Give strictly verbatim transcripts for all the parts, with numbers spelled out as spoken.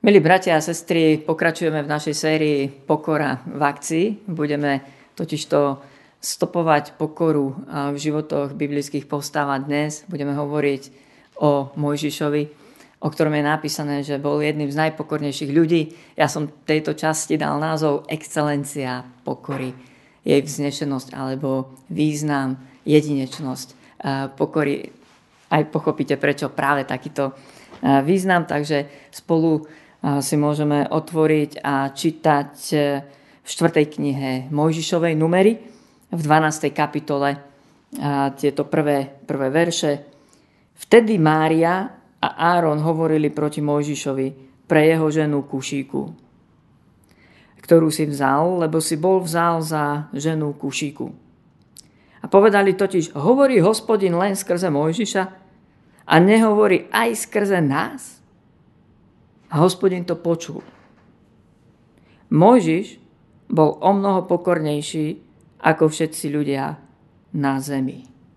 Milí bratia a sestry, pokračujeme v našej sérii Pokora v akcii. Budeme totižto stopovať pokoru v životoch biblických postav a dnes budeme hovoriť o Mojžišovi, o ktorom je napísané, že bol jedným z najpokornejších ľudí. Ja som tejto časti dal názov Excelencia pokory, jej vznešenosť alebo význam, jedinečnosť pokory. Aj pochopíte, prečo práve takýto význam, takže spolu si môžeme otvoriť a čítať v štvrtej knihe Mojžišovej Númery v dvanástej kapitole tieto prvé, prvé verše. Vtedy Mária a Áron hovorili proti Mojžišovi pre jeho ženu Kušíku, ktorú si vzal, lebo si bol vzal za ženu Kušíku. A povedali totiž, hovorí Hospodin len skrze Mojžiša a nehovorí aj skrze nás? A Hospodin to počul. Mojžiš bol omnoho pokornejší ako všetci ľudia na zemi.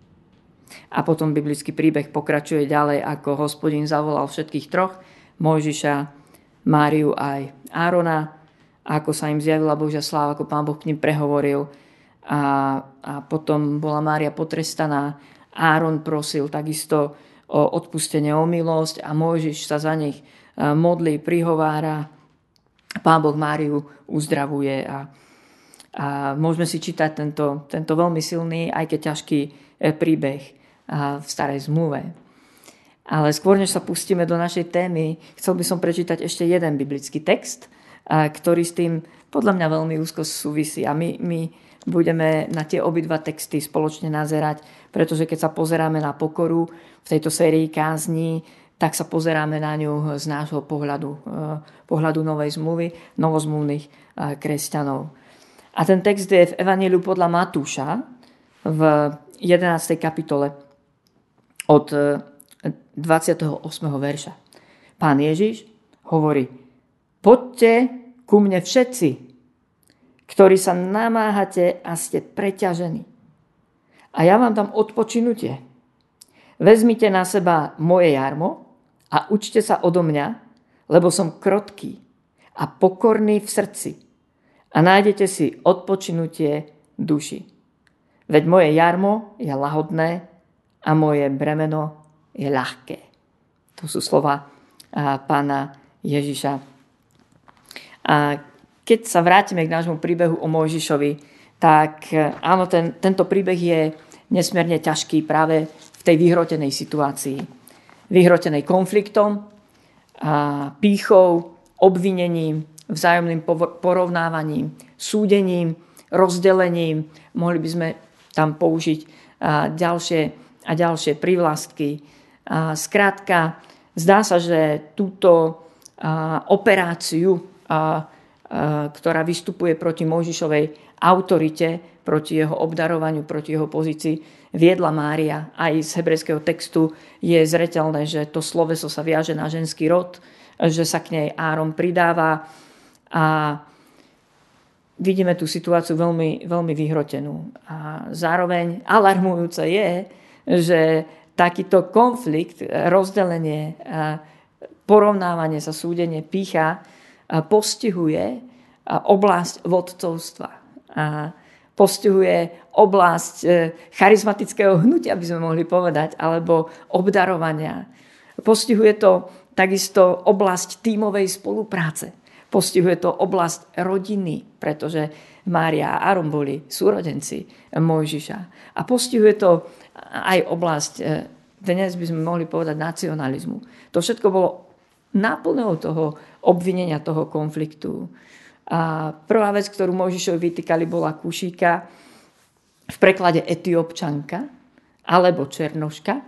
A potom biblický príbeh pokračuje ďalej, ako Hospodin zavolal všetkých troch, Mojžiša, Máriu aj Árona, ako sa im zjavila Božia sláva, ako Pán Boh k nim prehovoril. A, a potom bola Mária potrestaná. Áron prosil takisto o odpustenie, o milosť a Mojžiš sa za nich modlí, prihovára. Pán Boh Máriu uzdravuje a, a môžeme si čítať tento, tento veľmi silný, aj keď ťažký príbeh v Starej zmluve. Ale skôr, než sa pustíme do našej témy, chcel by som prečítať ešte jeden biblický text, ktorý s tým podľa mňa veľmi úzko súvisí. A my, my budeme na tie obidva texty spoločne nazerať, pretože keď sa pozeráme na pokoru v tejto sérii kázní, tak sa pozeráme na ňu z nášho pohľadu, pohľadu novej zmluvy, novozmluvných kresťanov. A ten text je v Evanjeliu podľa Matúša v jedenástej kapitole od dvadsiateho ôsmeho verša. Pán Ježiš hovorí, poďte ku mne všetci, ktorí sa namáhate a ste preťažení. A ja vám dám odpočinutie. Vezmite na seba moje jarmo a učte sa odo mňa, lebo som krotký a pokorný v srdci a nájdete si odpočinutie duši. Veď moje jarmo je lahodné a moje bremeno je ľahké. To sú slova pána Ježiša. A keď sa vrátime k nášmu príbehu o Mojžišovi, tak áno, ten, tento príbeh je nesmierne ťažký práve v tej vyhrotenej situácii. Vyhrotenej konfliktom, a pýchou, obvinením, vzájomným porovnávaním, súdením, rozdelením. Mohli by sme tam použiť a ďalšie a ďalšie prívlastky. A skrátka, zdá sa, že túto a, operáciu, a, a, ktorá vystupuje proti Mojžišovej autorite, proti jeho obdarovaniu, proti jeho pozícii, viedla Mária. Aj z hebrejského textu je zreteľné, že to sloveso sa viaže na ženský rod, že sa k nej Áron pridáva a vidíme tú situáciu veľmi, veľmi vyhrotenú. A zároveň alarmujúce je, že takýto konflikt, rozdelenie, porovnávanie sa, súdenie, pýcha postihuje oblasť vodcovstva. A postihuje oblasť charizmatického hnutia, by sme mohli povedať, alebo obdarovania. Postihuje to takisto oblasť tímovej spolupráce. Postihuje to oblasť rodiny, pretože Mária a Áron boli súrodenci Mojžiša. A postihuje to aj oblasť, dnes by sme mohli povedať, nacionalizmu. To všetko bolo náplňou toho obvinenia, toho konfliktu. A prvá vec, ktorú Mojžišovi vytýkali, bola Kušíka, v preklade Etiópčanka alebo Černoška.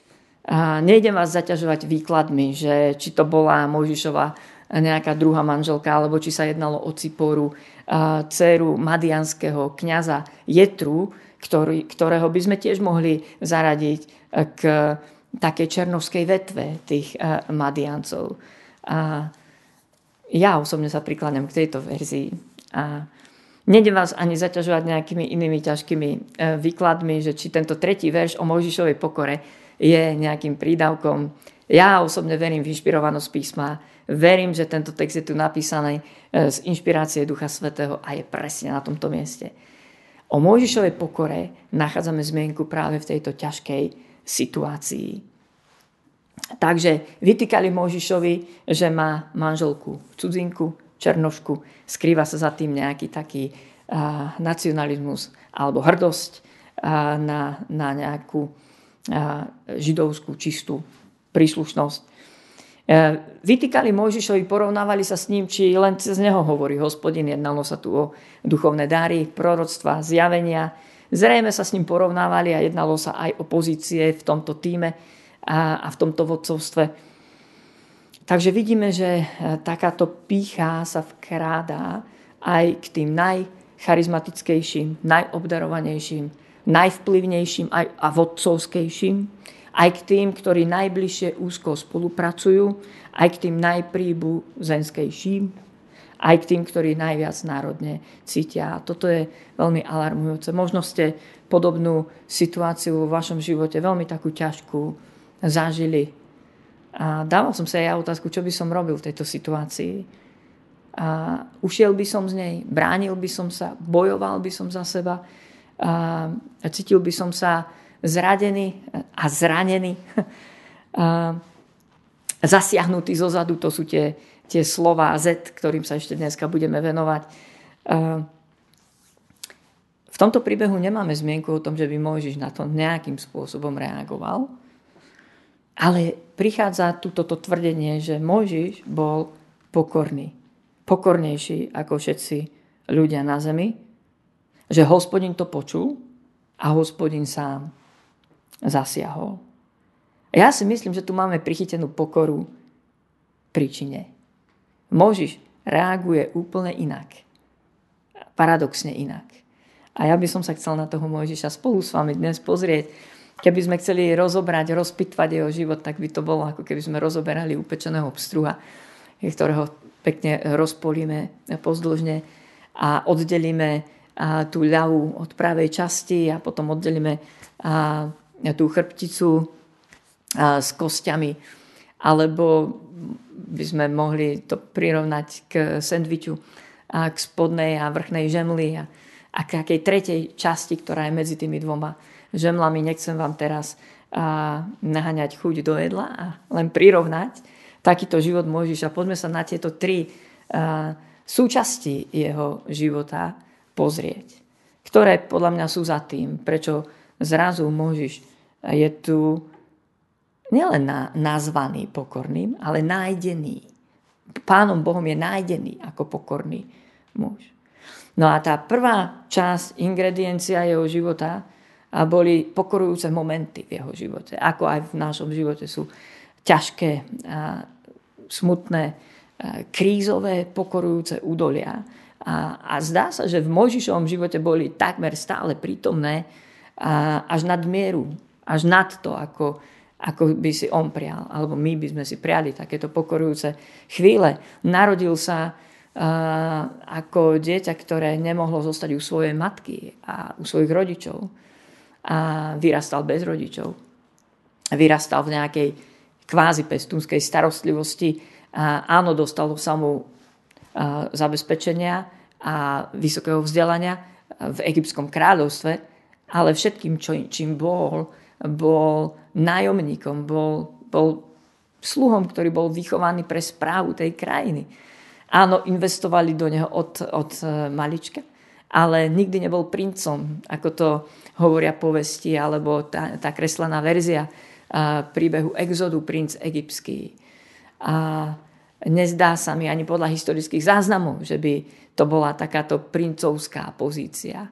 A nejdem vás zaťažovať výkladmi, že či to bola Mojžišova nejaká druhá manželka, alebo či sa jednalo o Ciporu, dcéru madianského kňaza Jetru, ktorý, ktorého by sme tiež mohli zaradiť k takej černovskej vetve tých Madiancov. A ja osobne sa prikláňam k tejto verzii. A nejdem vás ani zaťažovať nejakými inými ťažkými výkladmi, že či tento tretí verš o Mojžišovej pokore je nejakým prídavkom. Ja osobne verím v inšpirovanosť písma, verím, že tento text je tu napísaný z inšpirácie Ducha Svätého a je presne na tomto mieste. O Mojžišovej pokore nachádzame zmienku práve v tejto ťažkej situácii. Takže vytýkali Mojžišovi, že má manželku cudzinku, černošku, skrýva sa za tým nejaký taký uh, nacionalizmus alebo hrdosť uh, na, na nejakú uh, židovskú čistú príslušnosť. Uh, vytýkali Mojžišovi, porovnávali sa s ním, či len cez neho hovorí Hospodin. Jednalo sa tu o duchovné dary, proroctva, zjavenia. Zrejme sa s ním porovnávali a jednalo sa aj o pozície v tomto tíme a, a v tomto vodcovstve. Takže vidíme, že takáto pýcha sa vkrádá aj k tým najcharizmatickejším, najobdarovanejším, najvplyvnejším aj a vodcovskejším, aj k tým, ktorí najbližšie úzko spolupracujú, aj k tým najpríbuzenskejším, aj k tým, ktorí najviac národne cítia. A toto je veľmi alarmujúce. Možno ste podobnú situáciu vo vašom živote, veľmi takú ťažkú, zažili. A dával som sa aj otázku, čo by som robil v tejto situácii. A ušiel by som z nej, bránil by som sa, bojoval by som za seba, a cítil by som sa zradený a zranený, a zasiahnutý zozadu. To sú tie, tie slová Z, ktorým sa ešte dneska budeme venovať. A v tomto príbehu nemáme zmienku o tom, že by Mojžiš na to nejakým spôsobom reagoval. Ale prichádza tu toto tvrdenie, že Mojžiš bol pokorný. Pokornejší ako všetci ľudia na zemi. Že Hospodin to počul a Hospodin sám zasiahol. Ja si myslím, že tu máme prichytenú pokoru príčine. Mojžiš reaguje úplne inak. Paradoxne inak. A ja by som sa chcel na toho Mojžiša spolu s vami dnes pozrieť. Keby sme chceli rozobrať, rozpitvať jeho život, tak by to bolo, ako keby sme rozoberali upečeného pstruha, ktorého pekne rozpolime pozdĺžne a oddelíme tú ľavú od pravej časti a potom oddelíme tú chrbticu s kostiami. Alebo by sme mohli to prirovnať k sendviču, a k spodnej a vrchnej žemli a, a k takej tretej časti, ktorá je medzi tými dvoma žemlami. Nechcem vám teraz a, naháňať chuť do jedla a len prirovnať takýto život Mojžiša. Poďme sa na tieto tri a, súčasti jeho života pozrieť, ktoré podľa mňa sú za tým, prečo zrazu Mojžiš je tu nielen na, nazvaný pokorným, ale nájdený. Pánom Bohom je nájdený ako pokorný muž. No a tá prvá časť, ingrediencia jeho života a boli pokorujúce momenty v jeho živote. Ako aj v našom živote sú ťažké, a smutné, a krízové, pokorujúce údolia. A, a zdá sa, že v Mojžišovom živote boli takmer stále prítomné a až nad mieru, až nad to, ako, ako by si on prial, alebo my by sme si priali takéto pokorujúce chvíle. Narodil sa a, ako dieťa, ktoré nemohlo zostať u svojej matky a u svojich rodičov. A vyrastal bez rodičov. Vyrastal v nejakej kvázi pestúnskej starostlivosti. A áno, dostalo sa mu zabezpečenia a vysokého vzdelania v egyptskom kráľovstve, ale všetkým, čo, čím bol, bol nájomníkom, bol, bol sluhom, ktorý bol vychovaný pre správu tej krajiny. Áno, investovali do neho od, od malička, ale nikdy nebol princom, ako to hovoria povesti, alebo tá, tá kreslená verzia a, príbehu Exodu, princ egyptský. A nezdá sa mi ani podľa historických záznamov, že by to bola takáto princovská pozícia.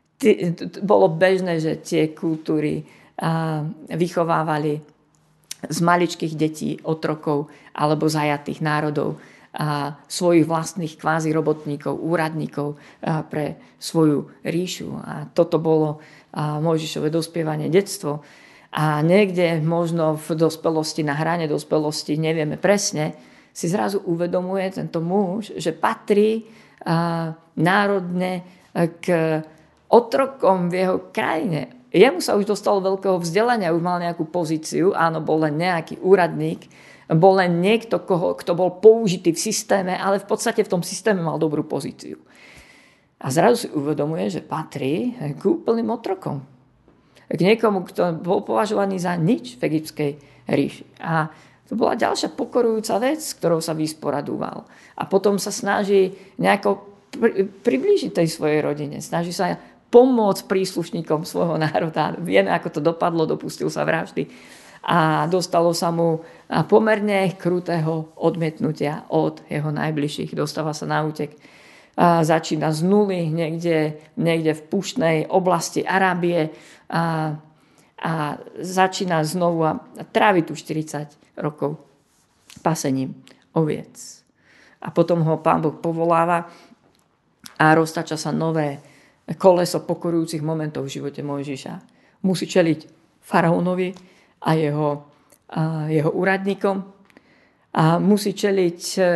Bolo bežné, že tie kultúry a, vychovávali z maličkých detí, otrokov alebo zajatých národov a svojich vlastných kvázi robotníkov, úradníkov a pre svoju ríšu. A toto bolo a Mojžišové dospievanie, detstvo. A niekde možno v dospelosti, na hrane dospelosti, nevieme presne, si zrazu uvedomuje tento muž, že patrí a, národne k otrokom v jeho krajine. Jemu sa už dostalo veľkého vzdelania, už mal nejakú pozíciu, áno, bol len nejaký úradník bol len niekto, koho, kto bol použitý v systéme, ale v podstate v tom systéme mal dobrú pozíciu. A zrazu si uvedomuje, že patrí k úplným otrokom. K niekomu, kto bol považovaný za nič v egyptskej ríši. A to bola ďalšia pokorujúca vec, s ktorou sa vysporadúval. A potom sa snaží nejako pri, priblížiť tej svojej rodine. Snaží sa pomôcť príslušníkom svojho národa. Vieme, ako to dopadlo, dopustil sa vraždy. A dostalo sa mu pomerne krutého odmietnutia od jeho najbližších. Dostáva sa na útek. A začína z nuly niekde, niekde v púštnej oblasti Arábie a, a začína znovu a trávi tu štyridsať rokov pasením oviec. A potom ho Pán Boh povoláva a roztača sa nové koleso pokorujúcich momentov v živote Mojžiša. Musí čeliť faraónovi a jeho, a jeho úradníkom a musí čeliť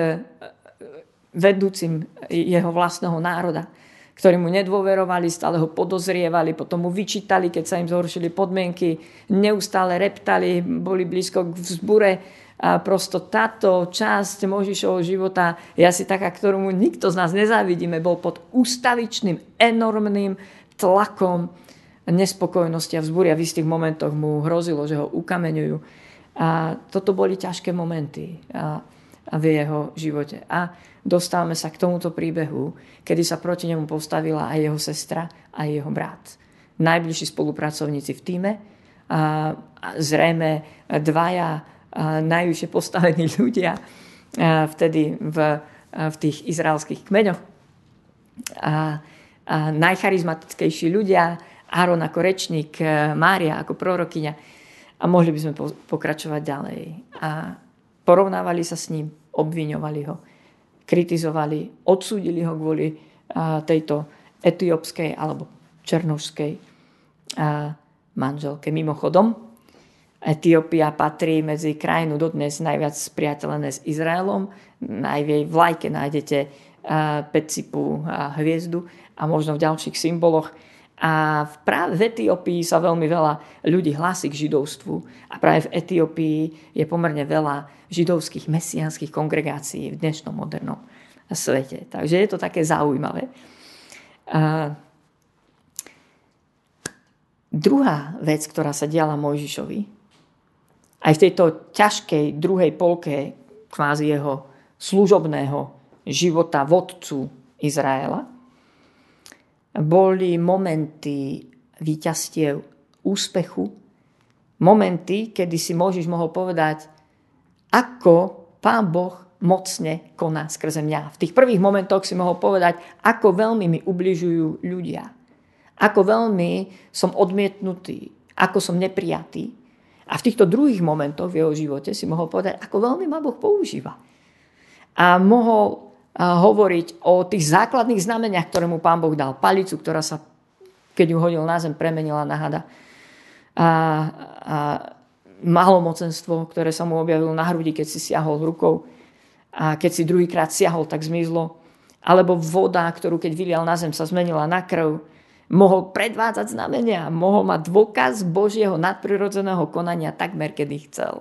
vedúcim jeho vlastného národa, ktorí mu nedôverovali, stále ho podozrievali, potom mu vyčítali, keď sa im zhoršili podmienky, neustále reptali, boli blízko k vzbure. A prosto táto časť Mojžišovho života je asi taká, ktorú mu nikto z nás nezávidíme, bol pod ústavičným, enormným tlakom nespokojnosti a vzbúry a v istých momentoch mu hrozilo, že ho ukameňujú. A toto boli ťažké momenty a, a v jeho živote. A dostávame sa k tomuto príbehu, kedy sa proti nemu postavila aj jeho sestra, aj jeho brat. Najbližší spolupracovníci v tíme, a, a zrejme dvaja a, najvyššie postavení ľudia a, vtedy v, a, v tých izraelských kmeňoch. A, a najcharizmatickejší ľudia, Áron ako rečník, Mária ako prorokyňa. A mohli by sme pokračovať ďalej. A porovnávali sa s ním, obviňovali ho, kritizovali, odsúdili ho kvôli tejto etiópskej alebo černošskej manželke. Mimochodom, Etiópia patrí medzi krajinu dodnes najviac spriateľené s Izraelom. Na jej vlajke nájdete päťcipú hviezdu a možno v ďalších symboloch. A práve v Etiópii sa veľmi veľa ľudí hlási k židovstvu. A práve v Etiópii je pomerne veľa židovských mesiánskych kongregácií v dnešnom modernom svete. Takže je to také zaujímavé. A druhá vec, ktorá sa diala Mojžišovi, aj v tejto ťažkej druhej polke kvázi jeho služobného života vodcu Izraela, boli momenty víťazstiev, úspechu, momenty, kedy si Mojžiš mohol povedať, ako Pán Boh mocne koná skrze mňa. V tých prvých momentoch si mohol povedať, ako veľmi mi ubližujú ľudia, ako veľmi som odmietnutý, ako som neprijatý. A v týchto druhých momentoch v jeho živote si mohol povedať, ako veľmi ma Boh používa. A mohol hovoriť o tých základných znameniach, ktoré mu Pán Boh dal. Palicu, ktorá sa, keď ju hodil na zem, premenila na hada. A, a malomocenstvo, ktoré sa mu objavilo na hrudi, keď si siahol rukou. A keď si druhýkrát siahol, tak zmizlo. Alebo voda, ktorú keď vylial na zem, sa zmenila na krv. Mohol predvádzať znamenia. Mohol mať dôkaz Božieho nadprirodzeného konania takmer, kedy chcel.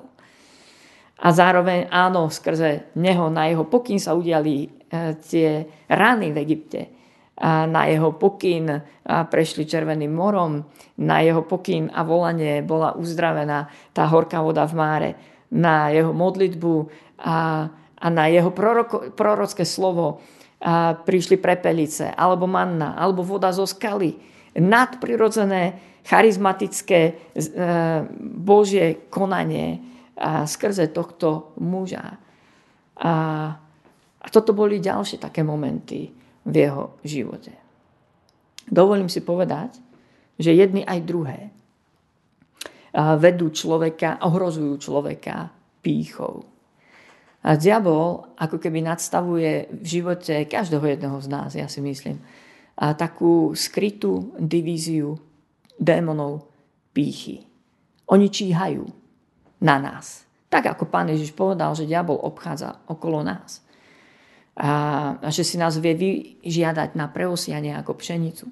A zároveň áno, skrze neho, na jeho pokyn sa udiali e, tie rany v Egypte. A na jeho pokyn a prešli Červeným morom. Na jeho pokyn a volanie bola uzdravená tá horká voda v máre. Na jeho modlitbu a, a na jeho proroko, prorocké slovo a prišli prepelice, alebo manna, alebo voda zo skaly. Nadprirodzené, charizmatické e, Božie konanie a skrze tohto muža. A, a toto boli ďalšie také momenty v jeho živote. Dovolím si povedať, že jedni aj druhé vedú človeka, ohrozujú človeka pýchou. A diabol ako keby nadstavuje v živote každého jedného z nás, ja si myslím, a takú skrytú divíziu démonov pýchy. Oni číhajú na nás. Tak ako Pán Ježiš povedal, že diabol obchádza okolo nás. A, a že si nás vie vyžiadať na preosianie ako pšenicu.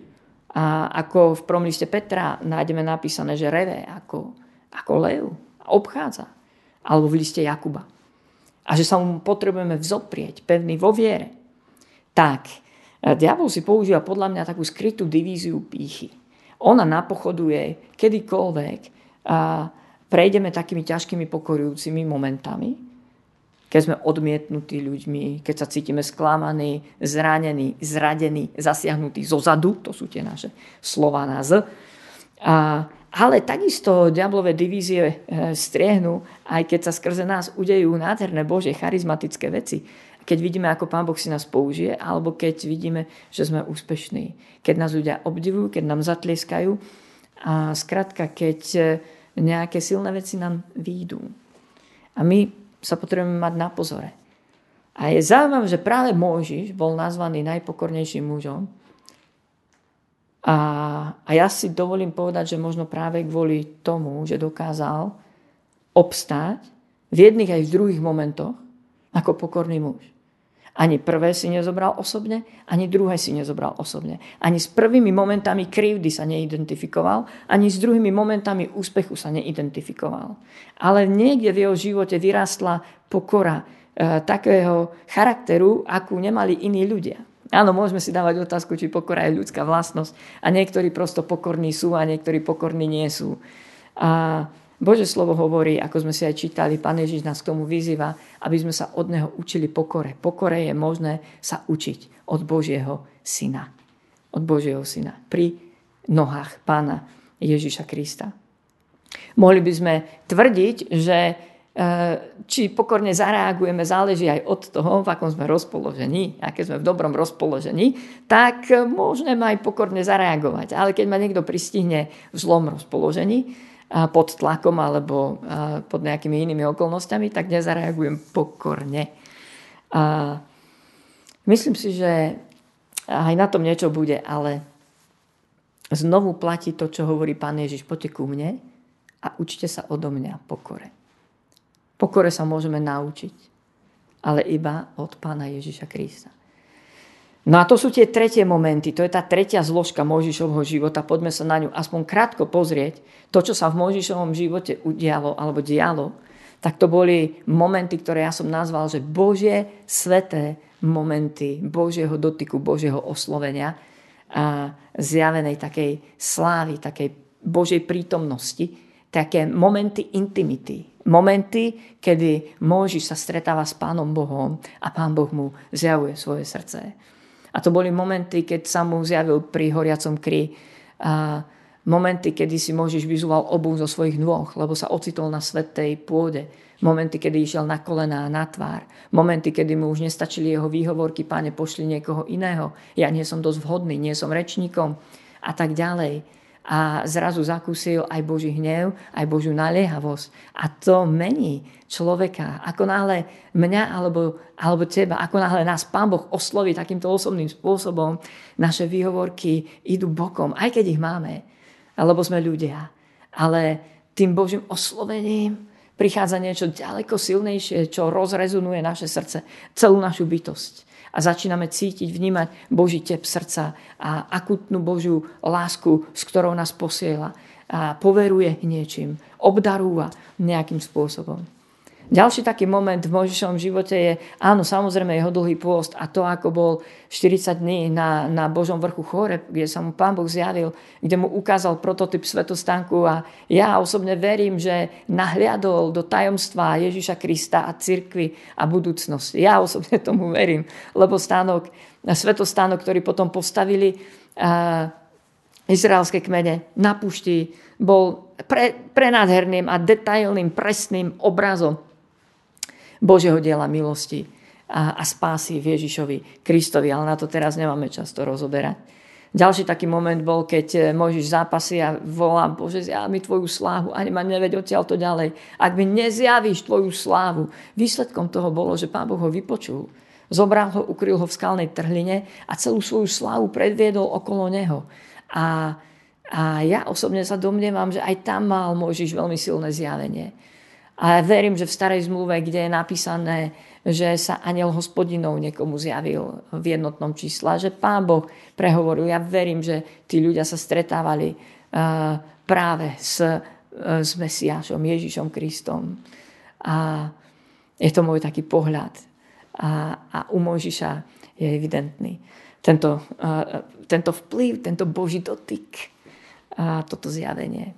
A ako v prvom liste Petra nájdeme napísané, že reve ako, ako lev. A obchádza. alebo v liste Jakuba. A že sa mu potrebujeme vzoprieť, pevný vo viere. Tak, diabol si používa podľa mňa takú skrytú divíziu pýchy. Ona napochoduje kedykoľvek a prejdeme takými ťažkými pokorujúcimi momentami, keď sme odmietnutí ľuďmi, keď sa cítime sklamaní, zranení, zradení, zasiahnutí zozadu, to sú tie naše slová na z. A, ale takisto diablové divízie striehnú, aj keď sa skrze nás udejú nádherné Božie charizmatické veci. Keď vidíme, ako Pán Boh si nás použije, alebo keď vidíme, že sme úspešní. Keď nás ľudia obdivujú, keď nám zatlieskajú. A skrátka, keď nejaké silné veci nám výjdú. A my sa potrebujeme mať na pozore. A je zaujímavé, že práve Mojžiš bol nazvaný najpokornejším mužom. A, a ja si dovolím povedať, že možno práve kvôli tomu, že dokázal obstáť v jedných aj v druhých momentoch ako pokorný muž. Ani prvé si nezobral osobne, ani druhé si nezobral osobne. Ani s prvými momentami krivdy sa neidentifikoval, ani s druhými momentami úspechu sa neidentifikoval. Ale niekde v jeho živote vyrástla pokora e, takého charakteru, akú nemali iní ľudia. Áno, môžeme si dávať otázku, či pokora je ľudská vlastnosť. A niektorí prosto pokorní sú a niektorí pokorní nie sú. A Božie slovo hovorí, ako sme si aj čítali, Pán Ježiš nás k tomu vyzýva, aby sme sa od neho učili pokore. Pokore je možné sa učiť od Božieho syna. Od Božieho syna. Pri nohách Pána Ježiša Krista. Mohli by sme tvrdiť, že či pokorne zareagujeme, záleží aj od toho, v akom sme rozpoložení. A keď sme v dobrom rozpoložení, tak môžeme aj pokorne zareagovať. Ale keď ma niekto pristihne v zlom rozpoložení, pod tlakom alebo pod nejakými inými okolnostiami, tak nezareagujem pokorne. A myslím si, že aj na tom niečo bude, ale znovu platí to, čo hovorí Pán Ježiš: poďte ku mne a učte sa odo mňa pokore. Pokore sa môžeme naučiť, ale iba od Pána Ježiša Krista. No a to sú tie tretie momenty, to je tá tretia zložka Mojžišovho života. Poďme sa na ňu aspoň krátko pozrieť. To, čo sa v Mojžišovom živote udialo alebo dialo, tak to boli momenty, ktoré ja som nazval, že Božie sveté momenty Božieho dotyku, Božieho oslovenia a zjavenej takej slávy, takej Božej prítomnosti, také momenty intimity. Momenty, kedy Mojžiš sa stretáva s Pánom Bohom a Pán Boh mu zjavuje svoje srdce. A to boli momenty, keď sa mu zjavil pri horiacom kri. A momenty, kedy si Mojžiš vyzúval obuv zo svojich nôh, lebo sa ocitol na svätej pôde. Momenty, kedy išiel na kolená, na tvár. Momenty, kedy mu už nestačili jeho výhovorky: Páne, pošli niekoho iného. Ja nie som dosť vhodný, nie som rečníkom. A tak ďalej. A zrazu zakúsil aj Boží hnev, aj Božiu naliehavosť. A to mení človeka. Ako náhle mňa alebo, alebo teba, ako náhle nás Pán Boh osloví takýmto osobným spôsobom, naše výhovorky idú bokom, aj keď ich máme, lebo sme ľudia. Ale tým Božím oslovením prichádza niečo ďaleko silnejšie, čo rozrezonuje naše srdce, celú našu bytosť. A začíname cítiť, vnímať Boží tep srdca a akutnú Božiu lásku, s ktorou nás posiela a poveruje niečím, obdarúva nejakým spôsobom. Ďalší taký moment v Mojžišovom živote je, áno, samozrejme jeho dlhý pôst a to, ako bol štyridsať dní na, na Božom vrchu Choreb, kde sa mu Pán Boh zjavil, kde mu ukázal prototyp svätostánku, a ja osobne verím, že nahliadol do tajomstva Ježiša Krista a cirkvi a budúcnosti. Ja osobne tomu verím, lebo stánok, svätostánok, ktorý potom postavili a, izraelské kmene na púšti, bol pre, prenádherným a detailným, presným obrazom Božieho diela milosti a, a spásy v Ježišovi Kristovi. Ale na to teraz nemáme čas to rozoberať. Ďalší taký moment bol, keď Mojžiš zápasí a volá: Bože, zjav mi tvoju slávu, ani ma neveď odtiaľ to ďalej. Ak mi nezjavíš tvoju slávu. Výsledkom toho bolo, že Pán Boh ho vypočul. Zobral ho, ukryl ho v skalnej trhline a celú svoju slávu predviedol okolo neho. A, a ja osobne sa domnievam, že aj tam mal Mojžiš veľmi silné zjavenie. A verím, že v starej zmluve, kde je napísané, že sa anjel Hospodinov niekomu zjavil v jednotnom čísle, že Pán Boh prehovoril. Ja verím, že tí ľudia sa stretávali práve s, s Mesiášom, Ježišom Kristom. A je to môj taký pohľad. A, a u Mojžiša je evidentný tento, uh, tento vplyv, tento Boží dotyk a toto zjavenie.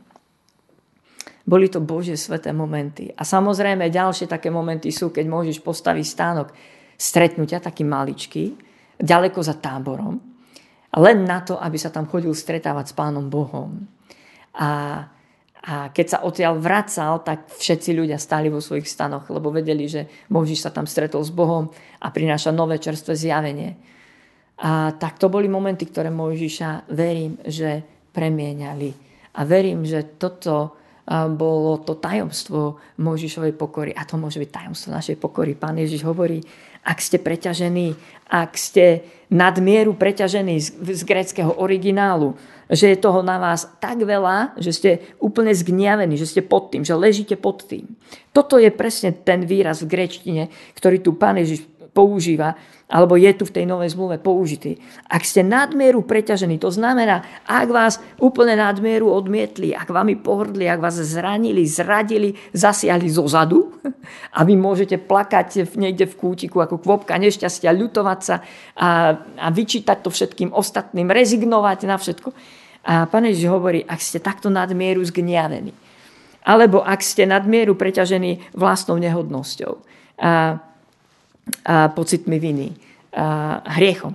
Boli to Božie sveté momenty. A samozrejme ďalšie také momenty sú, keď Mojžiš postaví stánok stretnutia, taký maličký, ďaleko za táborom, len na to, aby sa tam chodil stretávať s Pánom Bohom. A A keď sa odtiaľ vracal, tak všetci ľudia stáli vo svojich stanoch, lebo vedeli, že Mojžiš sa tam stretol s Bohom a prináša nové čerstvé zjavenie. A tak to boli momenty, ktoré Mojžiša, verím, že premieňali. A verím, že toto bolo to tajomstvo Mojžišovej pokory. A to môže byť tajomstvo našej pokory. Pán Ježiš hovorí, ak ste preťažení, ak ste nadmieru preťažení z, z gréckeho originálu, že je toho na vás tak veľa, že ste úplne zgniavení, že ste pod tým, že ležíte pod tým. Toto je presne ten výraz v gréčtine, ktorý tu Pán Ježiš používa, alebo je tu v tej novej zmluve použitý. Ak ste nadmieru preťažení, to znamená, ak vás úplne nadmieru odmietli, ak vami pohrdli, ak vás zranili, zradili, zasiahli zo zadu a vy môžete plakať niekde v kútiku ako kvopka nešťastia, ľutovať sa a, a vyčítať to všetkým ostatným, rezignovať na všetko. A Pán Ježiš hovorí, ak ste takto nadmieru zgniavení, alebo ak ste nadmieru preťažení vlastnou nehodnosťou, a a pocitmi viny, a hriechom.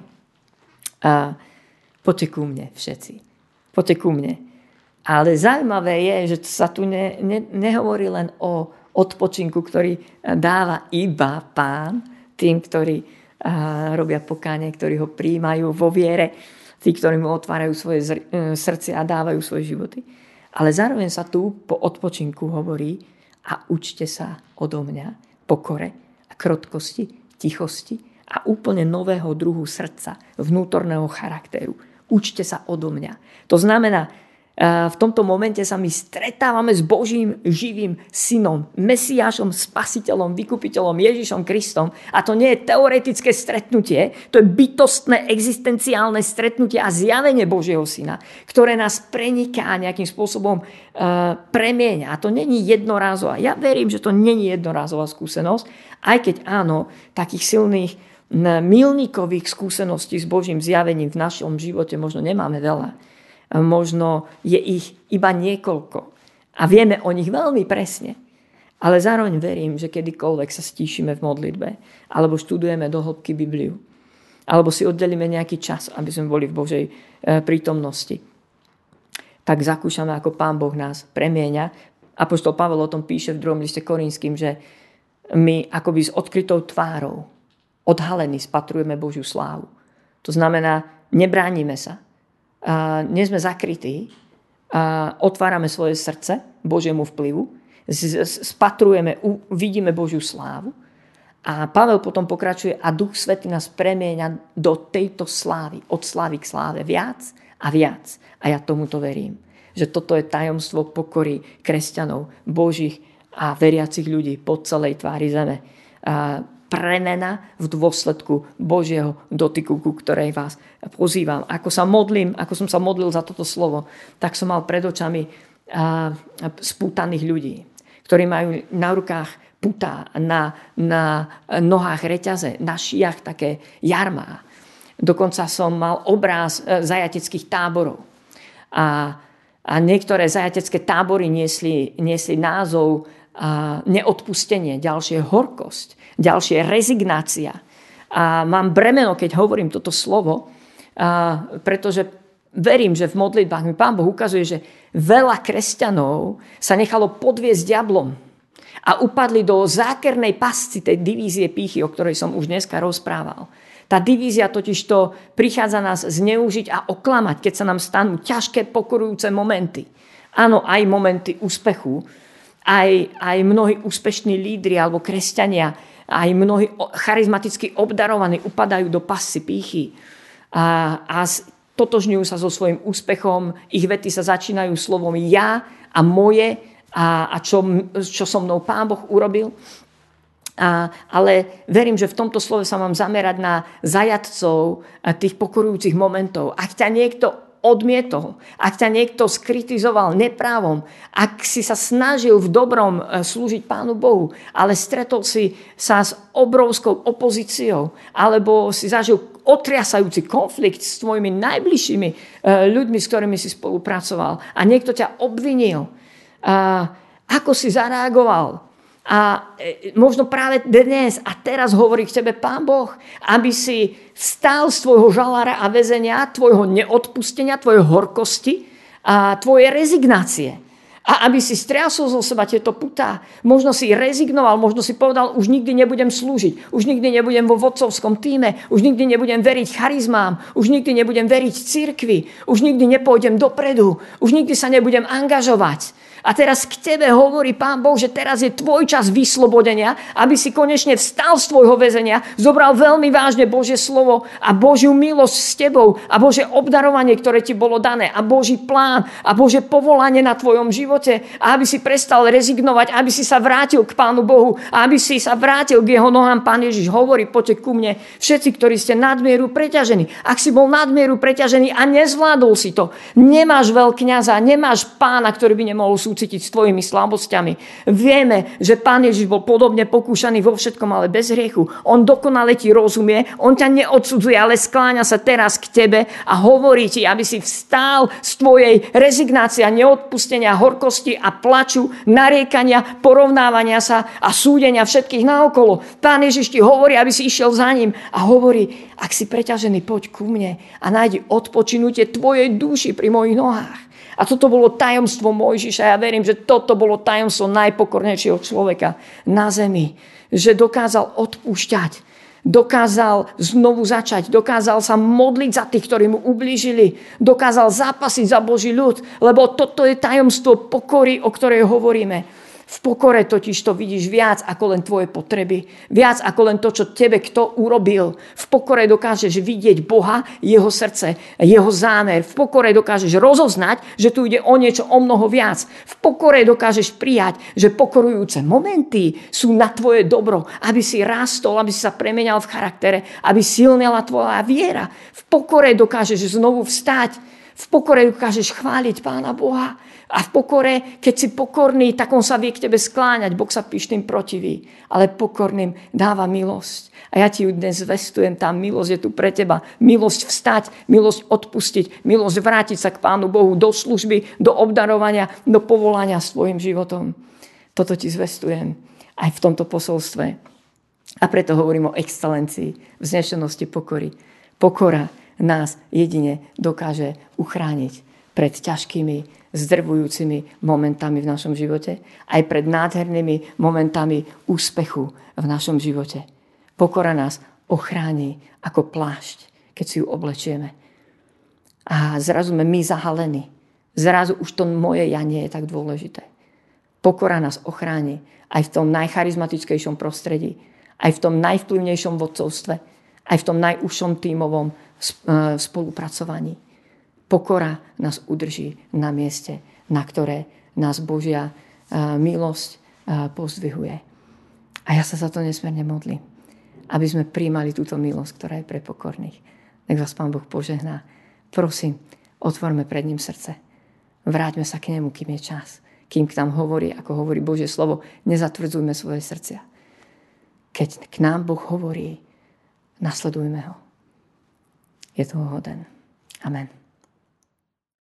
A poďte ku mne všetci. Poďte ku mne. Ale zaujímavé je, že sa tu ne, ne, nehovorí len o odpočinku, ktorý dáva iba Pán tým, ktorí a, robia pokánie, ktorí ho prijímajú vo viere, tí, ktorí mu otvárajú svoje zr, srdce a dávajú svoje životy. Ale zároveň sa tu po odpočinku hovorí a učte sa odo mňa pokore a krotkosti, tichosti a úplne nového druhu srdca, vnútorného charakteru. Učte sa odo mňa. To znamená, v tomto momente sa my stretávame s Božím živým synom, Mesiášom, spasiteľom, vykupiteľom, Ježišom Kristom. A to nie je teoretické stretnutie, to je bytostné, existenciálne stretnutie a zjavenie Božieho syna, ktoré nás preniká nejakým spôsobom, uh, premieňa. A to není jednorázová. Ja verím, že to není jednorázová skúsenosť, aj keď áno, takých silných milníkových skúseností s Božím zjavením v našom živote možno nemáme veľa. Možno je ich iba niekoľko. A vieme o nich veľmi presne. Ale zároveň verím, že kedykoľvek sa stíšime v modlitbe, alebo študujeme do hĺbky Bibliu, alebo si oddelíme nejaký čas, aby sme boli v Božej prítomnosti, tak zakúšame, ako Pán Boh nás premieňa. Apoštol Pavel o tom píše v druhom liste Korinským, že my akoby s odkrytou tvárou, odhalení, spatrujeme Božiu slávu. To znamená, nebránime sa. A nie sme zakrytí, a otvárame svoje srdce Božiemu vplyvu, spatrujeme, vidíme Božiu slávu a Pavel potom pokračuje a Duch Svätý nás premieňa do tejto slávy, od slávy k sláve viac a viac. A ja tomuto verím, že toto je tajomstvo pokory kresťanov, Božích a veriacich ľudí po celej tvári zeme. A premena v dôsledku Božieho dotyku, ku ktorej vás pozývam. Ako sa modlím, ako som sa modlil za toto slovo, tak som mal pred očami spútaných ľudí, ktorí majú na rukách putá, na, na nohách reťaze, na šijach také jarmá. Dokonca som mal obráz zajateckých táborov. A, a niektoré zajatecké tábory niesli, niesli názov a neodpustenie, ďalšie horkosť, ďalšie rezignácia. A mám bremeno, keď hovorím toto slovo, a pretože verím, že v modlitbách mi Pán Boh ukazuje, že veľa kresťanov sa nechalo podviesť diablom a upadli do zákernej pasci tej divízie pýchy, o ktorej som už dneska rozprával. Tá divízia totiž to prichádza nás zneužiť a oklamať, keď sa nám stanú ťažké, pokorujúce momenty. Áno, aj momenty úspechu, Aj, aj mnohí úspešní lídri alebo kresťania, aj mnohí charizmaticky obdarovaní upadajú do pasci pýchy a, a totožňujú sa so svojím úspechom. Ich vety sa začínajú slovom ja a moje a, a čo, čo so mnou Pán Boh urobil. A, ale verím, že v tomto slove sa mám zamerať na zajatcov tých pokorujúcich momentov. Ak ťa niekto odmietol, ak ťa niekto skritizoval neprávom, ak si sa snažil v dobrom slúžiť Pánu Bohu, ale stretol si sa s obrovskou opozíciou, alebo si zažil otriasajúci konflikt s tvojimi najbližšími ľuďmi, s ktorými si spolupracoval a niekto ťa obvinil, ako si zareagoval. A možno práve dnes a teraz hovorí k tebe Pán Boh, aby si vstal z tvojho žalára a väzenia, tvojho neodpustenia, tvojej horkosti a tvojej rezignácie. A aby si striasol zo seba tieto putá. Možno si rezignoval, možno si povedal, už nikdy nebudem slúžiť, už nikdy nebudem vo vodcovskom tíme, už nikdy nebudem veriť charizmám, už nikdy nebudem veriť cirkvi, už nikdy nepôjdem dopredu, už nikdy sa nebudem angažovať. A teraz k tebe hovorí Pán Boh, že teraz je tvoj čas vyslobodenia, aby si konečne vstal z tvojho väzenia, zobral veľmi vážne Božie slovo a Božiu milosť s tebou a Božie obdarovanie, ktoré ti bolo dané a Boží plán a Božie povolanie na tvojom živote a aby si prestal rezignovať, aby si sa vrátil k Pánu Bohu a aby si sa vrátil k jeho nohám. Pán Ježiš hovorí, poďte ku mne, všetci, ktorí ste nadmieru preťažení. Ak si bol nadmieru preťažený a nezvládol si to, nemáš veľkňaza, nemáš pána, ktorý by nemohol cítiť s tvojimi slabosťami. Vieme, že Pán Ježiš bol podobne pokúšaný vo všetkom, ale bez hriechu. On dokonale ti rozumie, on ťa neodsudzuje, ale skláňa sa teraz k tebe a hovorí ti, aby si vstál z tvojej rezignácie, neodpustenia, horkosti a plaču, nariekania, porovnávania sa a súdenia všetkých naokolo. Pán Ježiš ti hovorí, aby si išiel za ním a hovorí, ak si preťažený, poď ku mne a nájdi odpočinutie tvojej duši pri mojich nohách. A toto bolo tajomstvo Mojžiša. Ja verím, že toto bolo tajomstvo najpokornejšieho človeka na zemi. Že dokázal odpúšťať, dokázal znovu začať, dokázal sa modliť za tých, ktorí mu ublížili, dokázal zápasiť za Boží ľud, lebo toto je tajomstvo pokory, o ktorej hovoríme. V pokore totiž to vidíš viac ako len tvoje potreby. Viac ako len to, čo tebe kto urobil. V pokore dokážeš vidieť Boha, jeho srdce, jeho zámer. V pokore dokážeš rozoznať, že tu ide o niečo o mnoho viac. V pokore dokážeš prijať, že pokorujúce momenty sú na tvoje dobro. Aby si rástol, aby si sa premenial v charaktere, aby silnila tvoja viera. V pokore dokážeš znovu vstať. V pokore dokážeš chváliť Pána Boha. A v pokore, keď si pokorný, tak on sa vie k tebe skláňať. Boh sa pyšným protiví, ale pokorným dáva milosť. A ja ti ju dnes zvestujem, tá milosť je tu pre teba. Milosť vstať, milosť odpustiť, milosť vrátiť sa k Pánu Bohu do služby, do obdarovania, do povolania svojim životom. Toto ti zvestujem aj v tomto posolstve. A preto hovorím o excelencii, vznešenosti pokory. Pokora nás jedine dokáže uchrániť pred ťažkými, zdrvujúcimi momentami v našom živote, aj pred nádhernými momentami úspechu v našom živote. Pokora nás ochráni ako plášť, keď si ju oblečieme. A zrazu sme my zahalení. Zrazu už to moje ja nie je tak dôležité. Pokora nás ochráni aj v tom najcharizmatickejšom prostredí, aj v tom najvplyvnejšom vodcovstve, aj v tom najúžšom tímovom spolupracovaní. Pokora nás udrží na mieste, na ktoré nás Božia milosť pozdvihuje. A ja sa za to nesmierne modlím, aby sme prijímali túto milosť, ktorá je pre pokorných. Nech vás Pán Boh požehná. Prosím, otvorme pred ním srdce. Vráťme sa k nemu, kým je čas. Kým k nám hovorí, ako hovorí Božie slovo, nezatvrdzujme svoje srdcia. Keď k nám Boh hovorí, nasledujme ho. Je toho hoden. Amen.